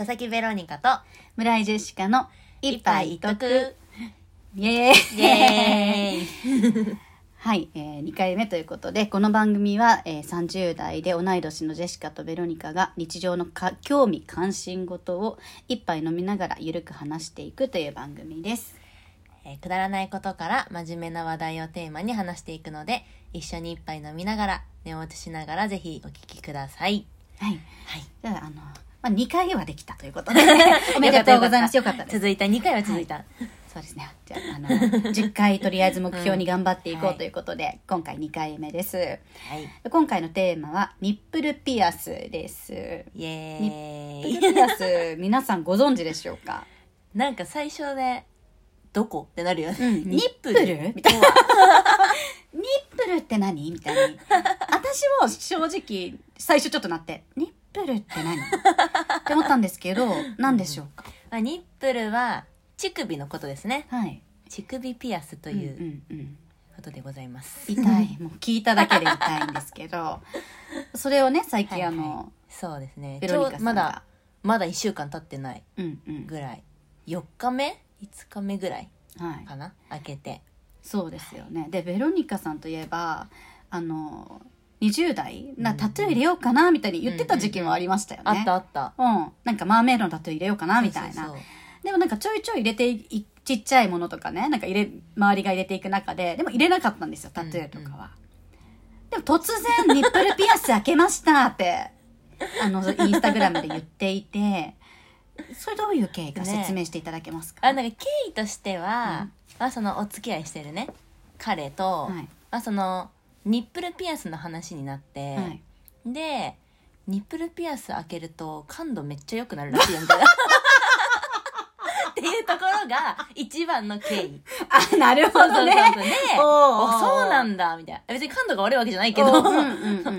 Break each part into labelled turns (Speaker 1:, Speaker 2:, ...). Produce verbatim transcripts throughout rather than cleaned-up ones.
Speaker 1: 佐々木ベロニカと
Speaker 2: 村井ジェシカの一杯一徳。イエーイ
Speaker 1: イエーイ
Speaker 2: はい、えー、にかいめということで、この番組は、えー、さんじゅう代で同い年のジェシカとベロニカが日常のか興味関心事を一杯飲みながらゆるく話していくという番組です。
Speaker 1: えー、くだらないことから真面目な話題をテーマに話していくので、一緒に一杯飲みながら寝落ちしながらぜひお聞きください。
Speaker 2: はい、
Speaker 1: はい、
Speaker 2: じゃあ、あの、まあ、にかいはできたということでおめでとうございます。よかったです。
Speaker 1: 続いた、にかいは続いた、はい、
Speaker 2: そうですね。じゃあ、あのじゅっかいとりあえず目標に頑張っていこうということで、うんはい、今回にかいめです、はい、今回のテーマはニップルピアスです。
Speaker 1: イエーイ。
Speaker 2: ニップルピアス皆さんご存知でしょうか？
Speaker 1: なんか最初でどこってなるよね、うん、
Speaker 2: ニップルみたいなニップルって何みたいに私も正直最初ちょっとなってニップルって何って思ったんですけど、何でしょうか？
Speaker 1: まあ、ニップルは乳首のことですね。
Speaker 2: はい。
Speaker 1: 乳首ピアスということでございます。
Speaker 2: うんうんうん、痛い。もう聞いただけで痛いんですけど、それをね最近あの、はいはい、
Speaker 1: そうですね。
Speaker 2: ベロニカさんが
Speaker 1: まだまだいっしゅうかん経ってないぐらい、
Speaker 2: うんうん、
Speaker 1: よっかめいつかめぐらいかな、
Speaker 2: はい、
Speaker 1: 開けて。
Speaker 2: そうですよね。でベロニカさんといえばあのにじゅう代なタトゥー入れようかなみたいに言ってた時期もありましたよね、
Speaker 1: うんうんうん、あったあった、
Speaker 2: うん、なんかマーメイドのタトゥー入れようかなみたいな。そうそうそう。でもなんかちょいちょい入れていちっちゃいものとかね、なんか入れ周りが入れていく中ででも入れなかったんですよ、タトゥーとかは、うんうん、でも突然ニップルピアス開けましたってあのインスタグラムで言っていて、それどういう経緯か説明していただけますか？
Speaker 1: ね、あなんか経緯としては、うんまあ、そのお付き合いしてるね彼と、はいまあ、そのニップルピアスの話になって、はい、でニップルピアス開けると感度めっちゃ良くなるらしいよみたいなっていうところが一番の経緯。
Speaker 2: あ、なるほどね。
Speaker 1: そうそうそうそうで、おそうなんだみたいな。別に感度が悪いわけじゃないけど、うんうんうん、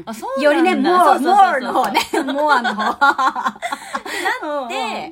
Speaker 1: あそうなんだ。
Speaker 2: よりね、モアモアの方ね、モアの方。
Speaker 1: ってなって、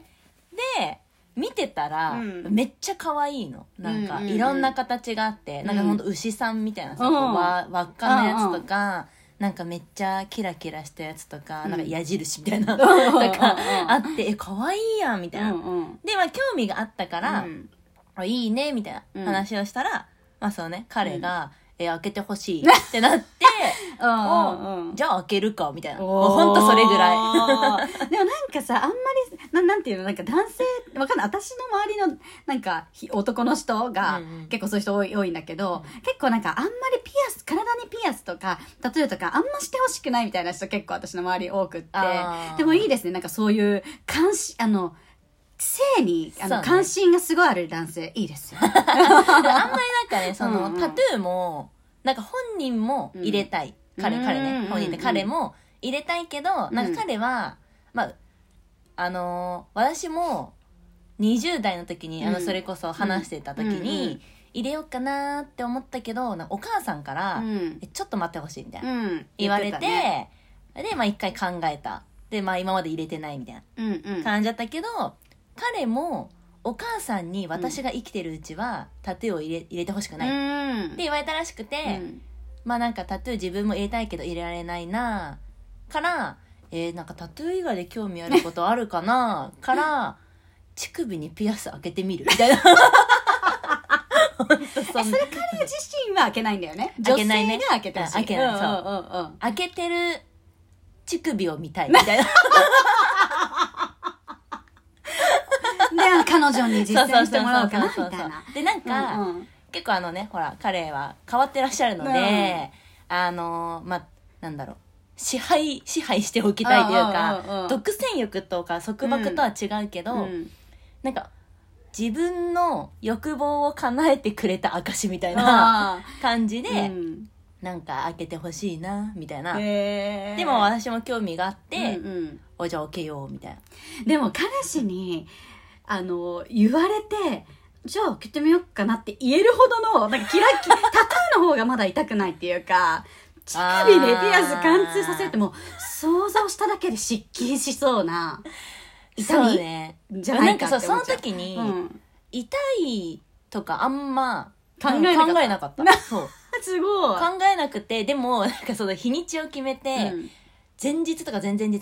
Speaker 1: で見てたら、うん、めっちゃ可愛いの。なんか、うんうんうん、いろんな形があって、なんかほんと牛さんみたいなさ、うん、輪っかのやつとか、うん、なんかめっちゃキラキラしたやつとか、うん、なんか矢印みたいな、うん、とかあって、え、可愛いやんみたいな。うんうん、で、まあ興味があったから、うん、いいねみたいな話をしたら、うん、まあそうね、彼が、うん、え、開けてほしいってなって、うんうん、じゃあ開けるかみたいな。もうほんとそれぐらい。
Speaker 2: でもなんかさ、あんまりな、なんていうの、なんか男性わかんない、私の周りのなんか男の人が、うんうん、結構そういう人多い、多いんだけど、うん、結構なんかあんまりピアス、体にピアスとかタトゥーとかあんましてほしくないみたいな人結構私の周り多くって、でもいいですね、なんかそういう関心、あの性にあの、ね、関心がすごいある男性いいですよ。あんまり
Speaker 1: なんかね、その、うんうん、タトゥーもなんか本人も入れたい、うん、彼彼ね、本人って彼も入れたいけど、うん、なんか彼はまああのー、私もにじゅう代の時に、うん、あのそれこそ話してた時に、うんうん、入れようかなって思ったけど、なんかお母さんから、うん、えちょっと待ってほしいみたいな、うん、言われて、ね、でまあ一回考えた。でまあ今まで入れてないみたいな感じだったけど、うんうん、彼もお母さんに私が生きてるうちは、うん、タトゥーを入れ、入れてほしくない、うん、って言われたらしくて、うん、まあなんかタトゥー自分も入れたいけど入れられないなからえー、なんかタトゥー以外で興味あることあるかなから乳首にピアス開けてみるみたいな。本当そんな。
Speaker 2: それ彼自身は開けないんだよね。
Speaker 1: 開けないね。
Speaker 2: 女性が開けてほしい。
Speaker 1: 開けない、そう、うんうんうん、開けてる乳首を見たいみたいな。で
Speaker 2: 彼女に実践してもらおうかなみたいな。
Speaker 1: でなんか、うんうん、結構あのねほら彼は変わってらっしゃるので、うん、あのまあなんだろう。支配支配しておきたいというか、独占欲とか束縛とは違うけど、うん、なんか自分の欲望を叶えてくれた証みたいな感じで、うん、なんか開けてほしいなみたいな。でも私も興味があって、うんうん、おじゃあ開けようみたいな。
Speaker 2: でも彼氏にあの言われてじゃあ開けてみようかなって言えるほどのなんかキラキラタトゥーの方がまだ痛くないっていうか。乳首でピアス貫通させるってもう想像しただけで失禁しそうな痛み、
Speaker 1: ね、
Speaker 2: じゃないかって思っちゃう。
Speaker 1: なんかその時に、うん、痛いとかあんま
Speaker 2: 考えなかった。
Speaker 1: 考えなかった。そう
Speaker 2: すごい
Speaker 1: 考えなくて、でもなんかその日にちを決めて、うん、前日とか前々日にあ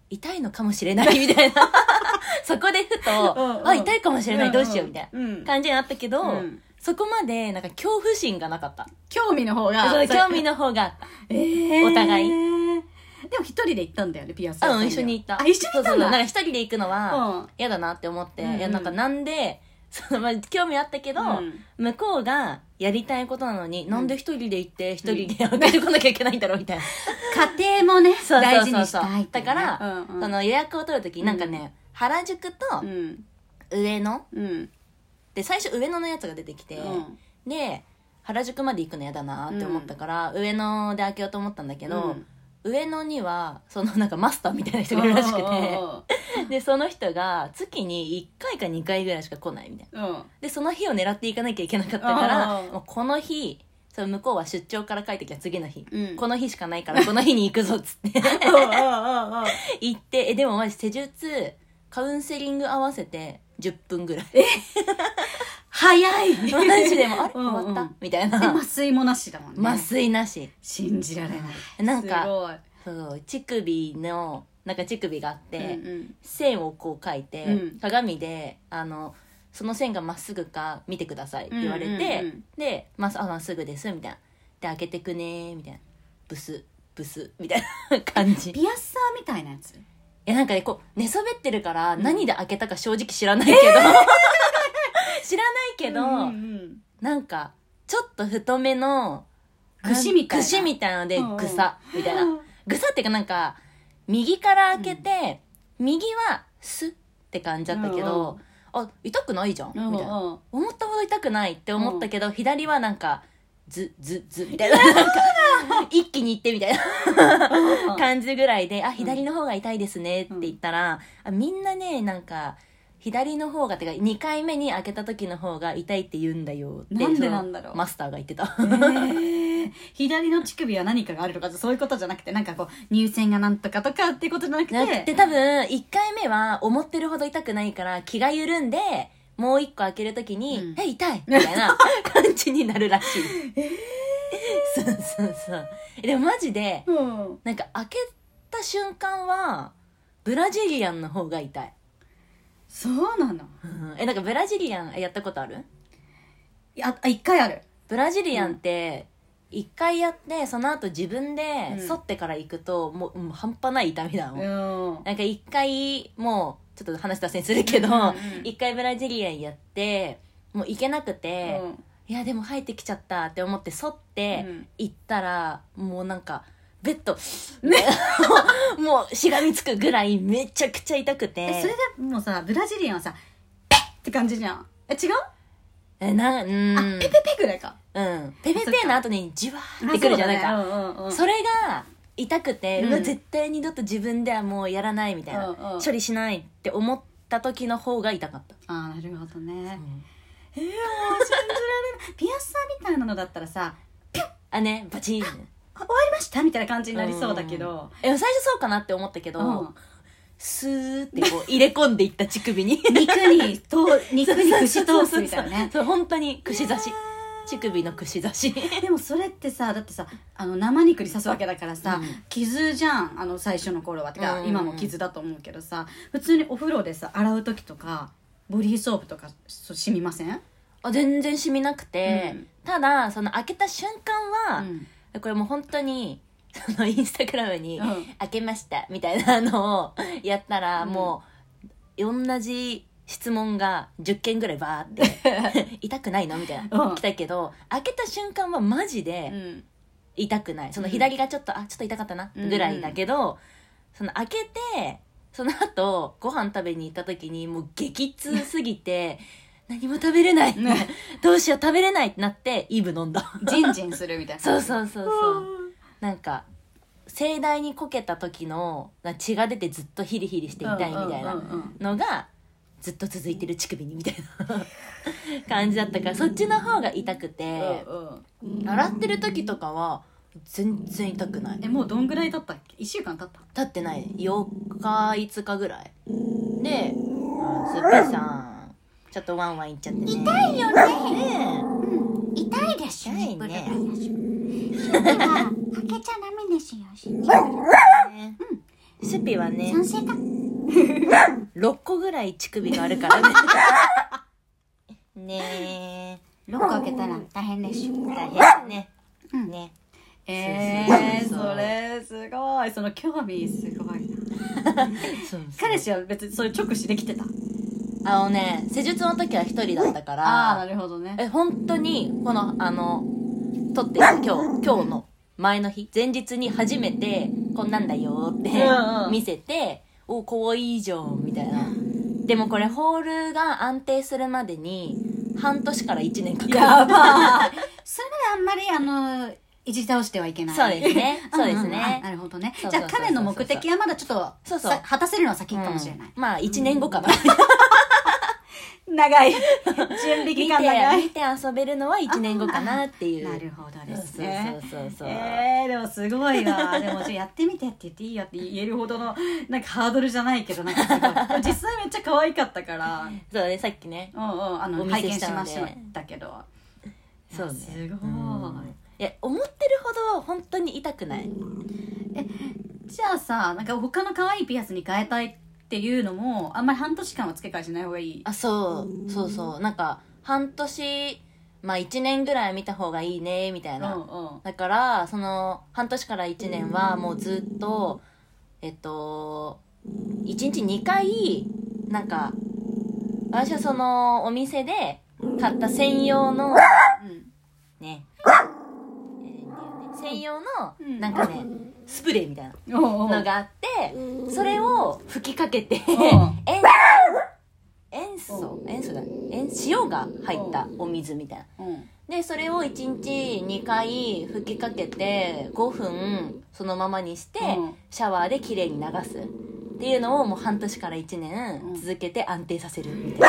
Speaker 1: 痛いのかもしれないみたいなそこでふと、
Speaker 2: うんうん、
Speaker 1: あ痛いかもしれない、どうしようみたい
Speaker 2: うん
Speaker 1: な感じになったけど、うん、そこまでなんか恐怖心がなかった。
Speaker 2: 興味の方が
Speaker 1: そう興味の方があった、
Speaker 2: えー、
Speaker 1: お互い。
Speaker 2: でも一人で行ったんだよね、ピアス屋さん。
Speaker 1: うん、一緒に行った。
Speaker 2: あ、一緒に行ったんだ。
Speaker 1: そうそう、なんか一人で行くのは嫌だなって思って、うんうん、いやなんかなんでその、まあ、興味あったけど、うん、向こうがやりたいことなのに、うん、なんで一人で行って一人で開けてこなきゃいけないんだろうみたいな。
Speaker 2: 家庭もね、
Speaker 1: そうそうそうそう
Speaker 2: 大事にしたい、ね。
Speaker 1: だから、うんうん、その予約を取るとき、なんかね、原宿と上野、うん、で、最初上野のやつが出てきて、うん、で、原宿まで行くの嫌だなって思ったから、うん、上野で開けようと思ったんだけど、うん、上野には、そのなんかマスターみたいな人がいるらしくて、で、その人が月にいっかいかにかいぐらいしか来ないみたいな。うん、で、その日を狙っていかなきゃいけなかったから、もうこの日、その向こうは出張から帰ってきた次の日、うん、この日しかないからこの日に行くぞっつって行って、え、でもマジ施術、カウンセリング合わせてじゅっぷんぐらい。え
Speaker 2: 早い
Speaker 1: マジでも、あれ、うんうん、終わったみたいな。
Speaker 2: 麻酔もなしだもんね。
Speaker 1: 麻酔なし。
Speaker 2: 信じられない。
Speaker 1: なんか、そう、乳首の、なんか乳首があって、うんうん、線をこう描いて、うん、鏡で、あの、その線がまっすぐか見てくださいって言われて、うんうんうん、で、まあ、まっすぐです、みたいな。で、開けてくねー、みたいな。ブス、ブス、みたいな感じ。
Speaker 2: ピアッサーみたいなやつ？い
Speaker 1: や、なんかね、こう、寝そべってるから、何で開けたか正直知らないけど、えー、知らないけど、うんうんうん、なんか、ちょっと太めの、
Speaker 2: 串みたいな。
Speaker 1: 串みたいなので、ぐさ、みたいな。ぐさっていうかなんか、右から開けて、うん、右はスッって感じだったけど、うん、あ、痛くないじゃん、うん、みたいな。思ったほど痛くないって思ったけど、うん、左はなんか、ズ、ズ、ズ、みたいな。なんか、一気に行ってみたいな感じぐらいで、あ、左の方が痛いですねって言ったら、あ、みんなね、なんか、左の方が、てかにかいめに開けた時の方が痛いって言うんだよって。
Speaker 2: なんでなんだろう。
Speaker 1: マスターが言ってた。
Speaker 2: えー、左の乳首は何かがあるとかそういうことじゃなくて、なんかこう乳腺がなんとかとかっていうことじゃなくて。なくて
Speaker 1: 多分いっかいめは思ってるほど痛くないから気が緩んで、もういっこ開ける時に、うん、え、痛いみたいな感じになるらしい。えー、そうそうそう。でもマジで、うん、なんか開けた瞬間はブラジリアンの方が痛い。
Speaker 2: そうなの、
Speaker 1: うん、え、なんかブラジリアンやったことある？
Speaker 2: いや、一回ある。
Speaker 1: ブラジリアンって一回やって、その後自分で反ってから行くと、うん、もう、もう半端ない痛みだもん、うん、なんか一回もうちょっと話脱線するけど、一、うん、回ブラジリアンやってもう行けなくて、うん、いやでも生えてきちゃったって思って反って行ったら、うん、もうなんかベッド、ね、もうしがみつくぐらいめちゃくちゃ痛くて。
Speaker 2: え、それでもうさ、ブラジリアンはさ、ペッって感じじゃん。え、違う？
Speaker 1: え、な、うん。
Speaker 2: あ、ペペペぐらいか。
Speaker 1: うん。ペペペの後にじわーってくるじゃないか。そ, ねうんうんうん、それが痛くて、うん、うわ、絶対二度と自分ではもうやらないみたいな、うんうん、処理しないって思った時の方が痛かった。
Speaker 2: あー、なるほどね。うん、えー、もう信じられない。ピアッサーみたいなのだったらさ、ピュッ
Speaker 1: あ、ね、バチーン。
Speaker 2: 終わりましたみたいな感じになりそうだけど、
Speaker 1: うん、え、最初そうかなって思ったけど、うん、スーってこう入れ込んでいった乳首に
Speaker 2: 肉にと肉に串通すみたいなね。
Speaker 1: そう、本当に串刺し、乳首の串刺し。
Speaker 2: でもそれってさ、だってさ、あの生肉に刺すわけだからさ、うん、傷じゃん、あの最初の頃は。てか、うん、今も傷だと思うけどさ、普通にお風呂でさ洗う時とかボディーソープとか染みません？
Speaker 1: あ、全然染みなくて、うん、ただその開けた瞬間は、うん、これもう本当にそのインスタグラムに開けましたみたいなのをやったら、うん、もう同じ質問がじゅっけんぐらいバーって痛くないのみたいな、うん、来たけど、開けた瞬間はマジで痛くない。その左がちょっと、うん、あ、ちょっと痛かったなぐらいだけど、うん、その開けてその後ご飯食べに行った時にもう激痛すぎて何も食べれない、ね、どうしよう食べれないってなってイブ飲んだ。
Speaker 2: ジンジンするみたいな。
Speaker 1: そうそうそうそうなんか盛大にこけた時の血が出てずっとヒリヒリして痛いみたいなのがずっと続いてる乳首にみたいな感じだったから、そっちの方が痛くて、洗ってる時とかは全然痛くない。
Speaker 2: え、もうどんぐらい経ったっけ？いっしゅうかん経った？
Speaker 1: 経ってない。よっかいつかぐらいで、うん、スッピーさんちょっとワンワンいっちゃってね。
Speaker 2: 痛いよね。ね、うん、痛いですね。痛いね。は開けちゃダメですよ。信じられない。うん。
Speaker 1: シュピはね
Speaker 2: 賛成か
Speaker 1: ろっこぐらい乳首があるからねね
Speaker 2: えろっこ開けたら大変でしょ。
Speaker 1: 大変だね、
Speaker 2: うん、
Speaker 1: ね
Speaker 2: えー、
Speaker 1: そうそうそう
Speaker 2: それすごい、その興味すごいな
Speaker 1: そうそう
Speaker 2: 彼氏は別にそれ直視できてた？
Speaker 1: あのね施術の時は一人だったから
Speaker 2: ああなるほどね。
Speaker 1: え本当にこのあの撮ってる今日今日の前の日前日に初めてこんなんだよって
Speaker 2: うんうん
Speaker 1: 見せて、おかわいいじゃんみたいな。でもこれホールが安定するまでに半年からいちねんかかる。
Speaker 2: やばいそれまであんまりあのいじり倒してはいけない。
Speaker 1: そうですねそうですね、
Speaker 2: うんうんあなるほどね。
Speaker 1: そうそうそうそう
Speaker 2: じゃあ彼の目的はまだちょっと
Speaker 1: そうそう
Speaker 2: さ果たせるのは先かもしれない、
Speaker 1: うん、まあいちねんごかな
Speaker 2: 長い準備期間長い
Speaker 1: 見て見て遊べるのはいちねんごかなっていう。
Speaker 2: なるほどですね。
Speaker 1: そうそうそうそう、
Speaker 2: えー、でもすごいな。でもじゃあやってみてって言っていいよって言えるほどのなんかハードルじゃないけど、なんかすごい実際めっちゃ可愛かったから
Speaker 1: そうねさっきね
Speaker 2: うんうんあの
Speaker 1: お見
Speaker 2: 拝見
Speaker 1: せしので
Speaker 2: したましたけど
Speaker 1: そうね
Speaker 2: すごい、
Speaker 1: いや思ってるほど本当に痛くない。
Speaker 2: えじゃあさなんか他の可愛いピアスに変えたいっていうのもあんまり半年間は付け替えしない方がいい？
Speaker 1: あそうそうそうなんか半年まあいちねんぐらい見た方がいいねみたいな、
Speaker 2: うんうん
Speaker 1: だからその半年からいちねんはもうずっとえっといちにちにかいなんか私はそのお店で買った専用の
Speaker 2: うん
Speaker 1: ね、えー専用の
Speaker 2: うん
Speaker 1: なんかねスプレーみたいな
Speaker 2: おうおう
Speaker 1: のがあってそれを吹きかけて
Speaker 2: うん
Speaker 1: 塩塩素塩素だ塩塩が入ったお水みたいな
Speaker 2: うん
Speaker 1: でそれをいちにちにかい吹きかけてごふんそのままにして
Speaker 2: うん
Speaker 1: シャワーできれいに流すっていうのをもう半年からいちね
Speaker 2: うん
Speaker 1: ん続けて安定させるみたいな、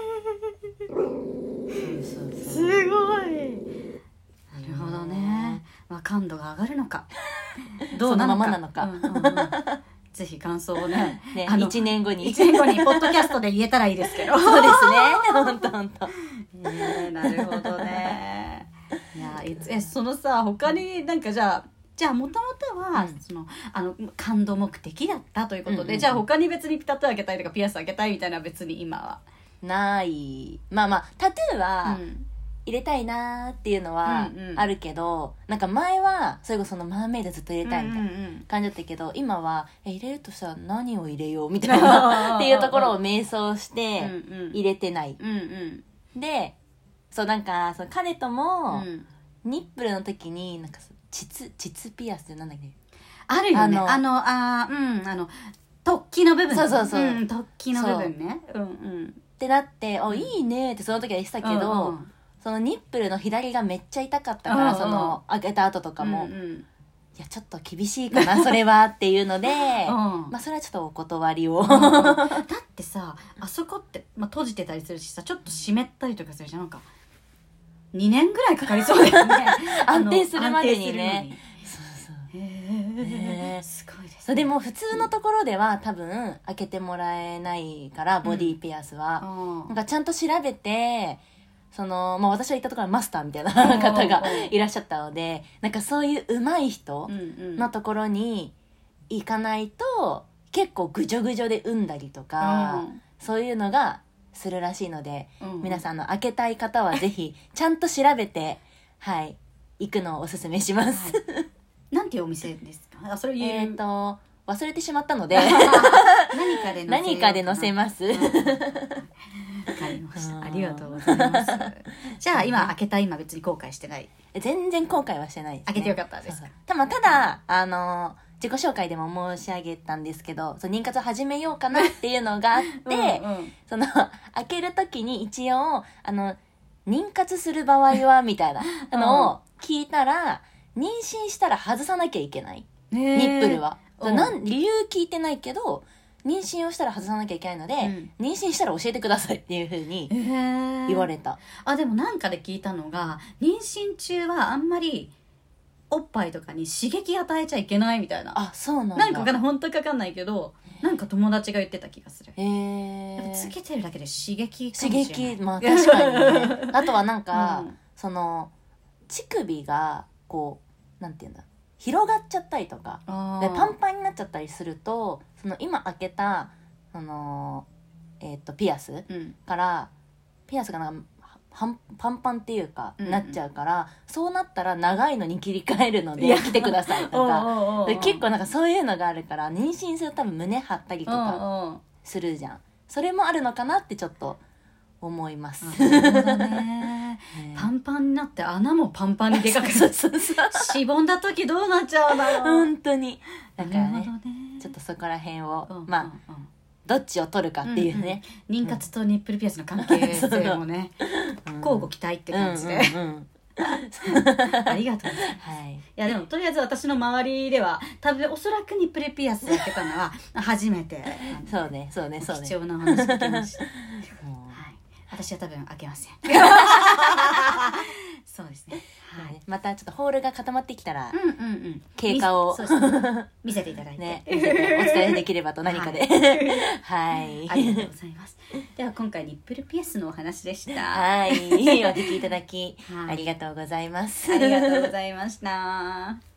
Speaker 1: そうそう
Speaker 2: す
Speaker 1: そう
Speaker 2: ごいなるほどね、まあ、感度が上がるのかどうなのか
Speaker 1: そのままなのか
Speaker 2: うんうんうんぜひ感想をね
Speaker 1: ね
Speaker 2: あの
Speaker 1: いちねんごに
Speaker 2: いちねんごにポッドキャストで言えたらいいですけど
Speaker 1: そうですねほんとほんと
Speaker 2: えー、なるほどねいやええそのさ他になんかじゃあじゃあもともとは、
Speaker 1: うん
Speaker 2: そのあの感動目的だったということで、
Speaker 1: うんうんうん
Speaker 2: じゃあ他に別にタトゥー開けたいとかピアス開けたいみたいな別に今は、
Speaker 1: ないまあまあタトゥーは
Speaker 2: うん
Speaker 1: 入れたいなーっていうのは
Speaker 2: うんうん
Speaker 1: あるけど、なんか前はそれこそそのマーメイドずっと入れたいみたいな
Speaker 2: うんうんうん
Speaker 1: 感じだったけど、今はえ入れるとしたら何を入れようみたいなっていうところを迷走して
Speaker 2: うんうん
Speaker 1: 入れてない、
Speaker 2: うんうん
Speaker 1: でそうなんかその彼とも
Speaker 2: うん
Speaker 1: ニップルの時になんか膣膣ピアスってなんだっけ
Speaker 2: あるよね
Speaker 1: あの
Speaker 2: あのあーうんあの突起の部分
Speaker 1: そうそうそう
Speaker 2: うん、突起の部分ねうんうん
Speaker 1: ってなっておいいねってその時は言ってたけど、
Speaker 2: うんうん
Speaker 1: そのニップルの左がめっちゃ痛かったから、
Speaker 2: うんうん
Speaker 1: その開けた後とかも、
Speaker 2: うんうん
Speaker 1: いやちょっと厳しいかなそれはっていうので、
Speaker 2: うん
Speaker 1: まあそれはちょっとお断りを
Speaker 2: だってさあそこって、まあ、閉じてたりするしさちょっと湿ったりとかするじゃんなんかにねんぐらいかかりそうだよね
Speaker 1: 安定するまでにね
Speaker 2: 安定す
Speaker 1: そうそう
Speaker 2: るのにへ
Speaker 1: ね
Speaker 2: えすごいです
Speaker 1: そうでも普通のところでは多分開けてもらえないからボディピアスは、
Speaker 2: うん
Speaker 1: なんかちゃんと調べてその、まあ、私が行ったところはマスターみたいな方がいらっしゃったのでなんかそういう上手い人
Speaker 2: うんうん
Speaker 1: のところに行かないと結構ぐじょぐじょで産んだりとか、
Speaker 2: うん
Speaker 1: そういうのがするらしいので、
Speaker 2: うん
Speaker 1: 皆さんあの開けたい方はぜひちゃんと調べてはい行くのをおすすめします、
Speaker 2: はいなんていうお店ですかあそれ言える
Speaker 1: えっと忘れてしまったので
Speaker 2: 何かで載せようかな
Speaker 1: 何かで載せます、
Speaker 2: うんわかりましたありがとうございますじゃあ今開けた今別に後悔してない
Speaker 1: 全然後悔はしてないです、ね、
Speaker 2: 開けてよかったですか
Speaker 1: そうそうたまただあの自己紹介でも申し上げたんですけどそう妊活を始めようかなっていうのがあって
Speaker 2: うんうん
Speaker 1: その開ける時に一応あの妊活する場合はみたいなのを聞いたら、妊娠したら外さなきゃいけない
Speaker 2: ニ
Speaker 1: ニップルは、
Speaker 2: うん
Speaker 1: なん理由聞いてないけど妊娠をしたら外さなきゃいけないので、
Speaker 2: うん
Speaker 1: 妊娠したら教えてくださいっていう風に言
Speaker 2: 言
Speaker 1: われた、
Speaker 2: あでもなんかで聞いたのが妊娠中はあんまりおっぱいとかに刺激与えちゃいけないみたいな
Speaker 1: あそうなんだ
Speaker 2: なんかわかんない本当かわかんないけどなんか友達が言ってた気がする、
Speaker 1: へ
Speaker 2: やっぱ
Speaker 1: え
Speaker 2: つけてるだけで刺激か
Speaker 1: 刺
Speaker 2: もしれない
Speaker 1: 激まあ確かにねあとはなんか、
Speaker 2: うん
Speaker 1: その乳首がこうなんていうんだ広がっちゃったりとかでパン
Speaker 2: ン
Speaker 1: パンになっちゃったりすると、その今開けたその、えー、とピアス
Speaker 2: うん
Speaker 1: からピアスがなんかパンパンパンっていうか、
Speaker 2: うんうん
Speaker 1: なっちゃうから、そうなったら長いのに切り替えるの
Speaker 2: いや
Speaker 1: で来てくださいとか
Speaker 2: おうおうおうおう
Speaker 1: で結構なんかそういうのがあるから、妊娠すると多分胸張ったりとか
Speaker 2: うんうん
Speaker 1: するじゃん。それもあるのかなってちょっと思います。
Speaker 2: あなるほどね
Speaker 1: ね
Speaker 2: パンパンになって穴もパンパンにでかく
Speaker 1: そうそうそう
Speaker 2: しぼんだ時どうなっちゃうんだろう
Speaker 1: 本当にだからね
Speaker 2: なるほどね
Speaker 1: ちょっとそこら辺を、
Speaker 2: うん
Speaker 1: まあ、
Speaker 2: うんうん
Speaker 1: どっちを取るかっていうね、
Speaker 2: 妊活とニップルピアスの関係性もね、
Speaker 1: うん
Speaker 2: 交互期待って感じで、
Speaker 1: うんうんうん
Speaker 2: ありがとうございます。
Speaker 1: はい
Speaker 2: いやでもとりあえず私の周りでは多分おそらくニップルピアスやってたのは初めて
Speaker 1: そうねそうねそうね
Speaker 2: 貴重なお話聞きました、
Speaker 1: もう
Speaker 2: はい、私は多分開けませんそうですね、はい、
Speaker 1: またちょっとホールが固まってきたら、
Speaker 2: うんうんうん
Speaker 1: 経過を
Speaker 2: 見せそうですね見せていただいて、
Speaker 1: ね、見せてお伝えできればと何かではい
Speaker 2: ありがとうございますでは今回ニップルピアスのお話でした
Speaker 1: はいお聞きいただき、
Speaker 2: はい
Speaker 1: ありがとうございます
Speaker 2: ありがとうございました